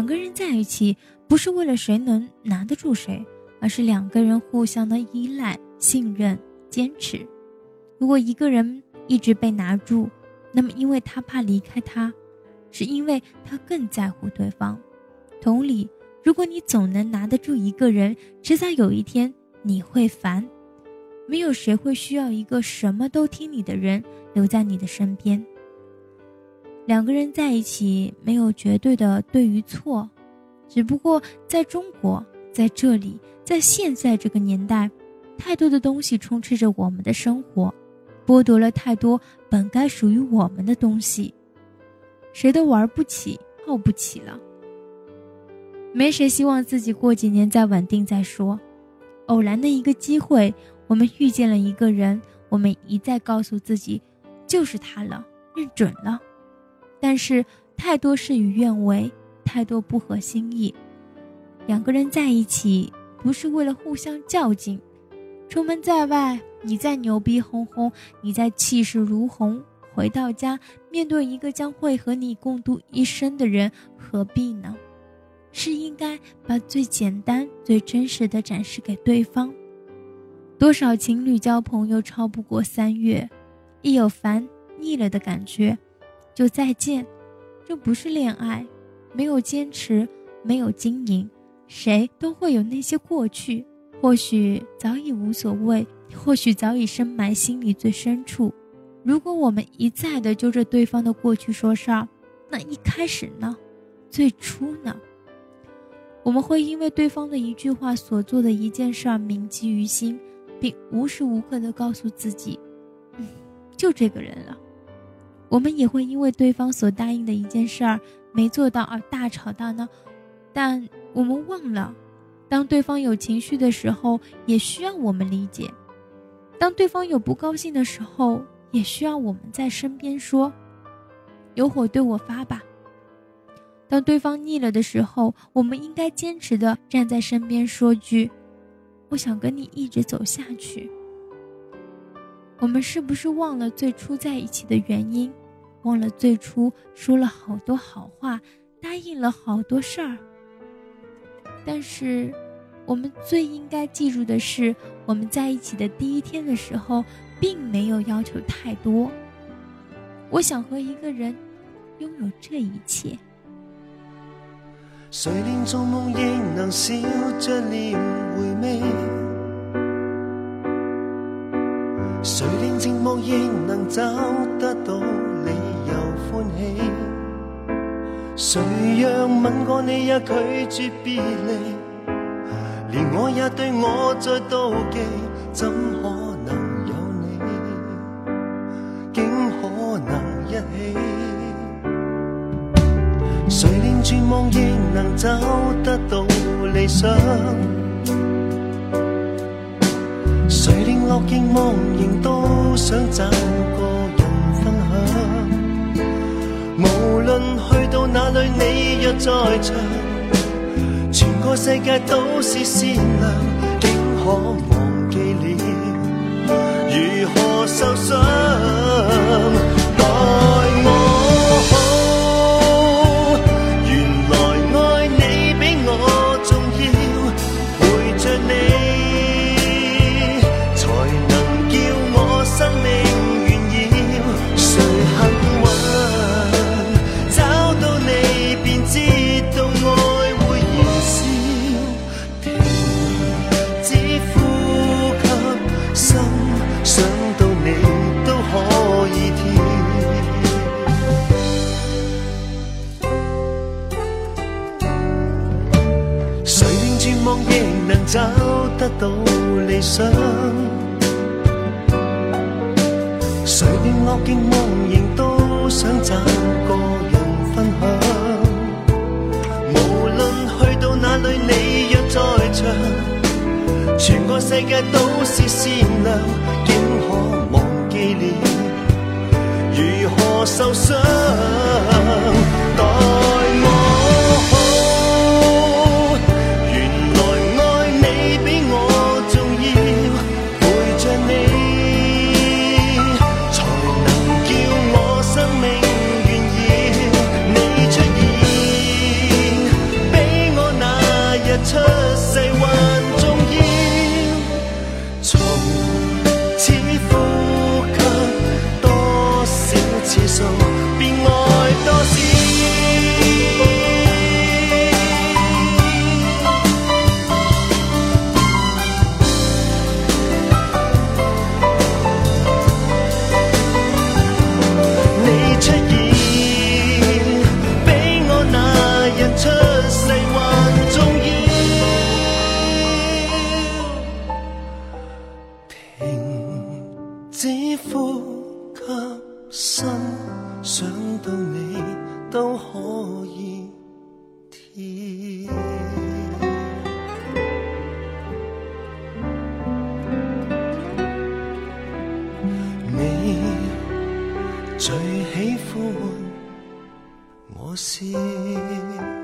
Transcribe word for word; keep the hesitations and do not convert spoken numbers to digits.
两个人在一起不是为了谁能拿得住谁，而是两个人互相的依赖、信任、坚持。如果一个人一直被拿住，那么因为他怕离开他，是因为他更在乎对方。同理，如果你总能拿得住一个人，迟早有一天你会烦。没有谁会需要一个什么都听你的人留在你的身边。两个人在一起没有绝对的对与错，只不过在中国，在这里，在现在这个年代，太多的东西充斥着我们的生活，剥夺了太多本该属于我们的东西，谁都玩不起，耗不起了。没谁希望自己过几年再稳定再说。偶然的一个机会，我们遇见了一个人，我们一再告诉自己就是他了，认准了。但是太多事与愿违，太多不合心意。两个人在一起不是为了互相较劲，出门在外，你在牛逼哄哄，你在气势如虹，回到家面对一个将会和你共度一生的人，何必呢？是应该把最简单最真实的展示给对方。多少情侣交朋友超不过三月，一有烦腻了的感觉就再见，这不是恋爱，没有坚持，没有经营，谁都会有那些过去，或许早已无所谓，或许早已深埋心里最深处。如果我们一再的揪着对方的过去说事儿，那一开始呢？最初呢？我们会因为对方的一句话所做的一件事儿铭记于心，并无时无刻地告诉自己，嗯，就这个人了。我们也会因为对方所答应的一件事儿没做到而大吵大闹，但我们忘了，当对方有情绪的时候，也需要我们理解；当对方有不高兴的时候，也需要我们在身边说，有火对我发吧。当对方腻了的时候，我们应该坚持地站在身边说句，我想跟你一直走下去。我们是不是忘了最初在一起的原因，忘了最初说了好多好话，答应了好多事儿？但是我们最应该记住的是，我们在一起的第一天的时候并没有要求太多。我想和一个人拥有这一切。 谁连做梦亦能笑着念回味，谁连寂寞亦能找得到理由欢喜，谁让吻过你也拒绝别离，连我也对我在妒忌，怎可能有你，竟可能一起？谁连绝望亦能找得到理想，谁连乐极忘形都想找个人分享，无论去到哪里你若在场，全个世界都是善良，竟可忘记了如何受伤，待我好。找得到理想，谁连乐极忘形都想找个人分享，无论去到哪里你若在场，全个世界都是善良，竟可忘记了如何受伤，待我好。 想到你都可以跳。你最喜歡我笑。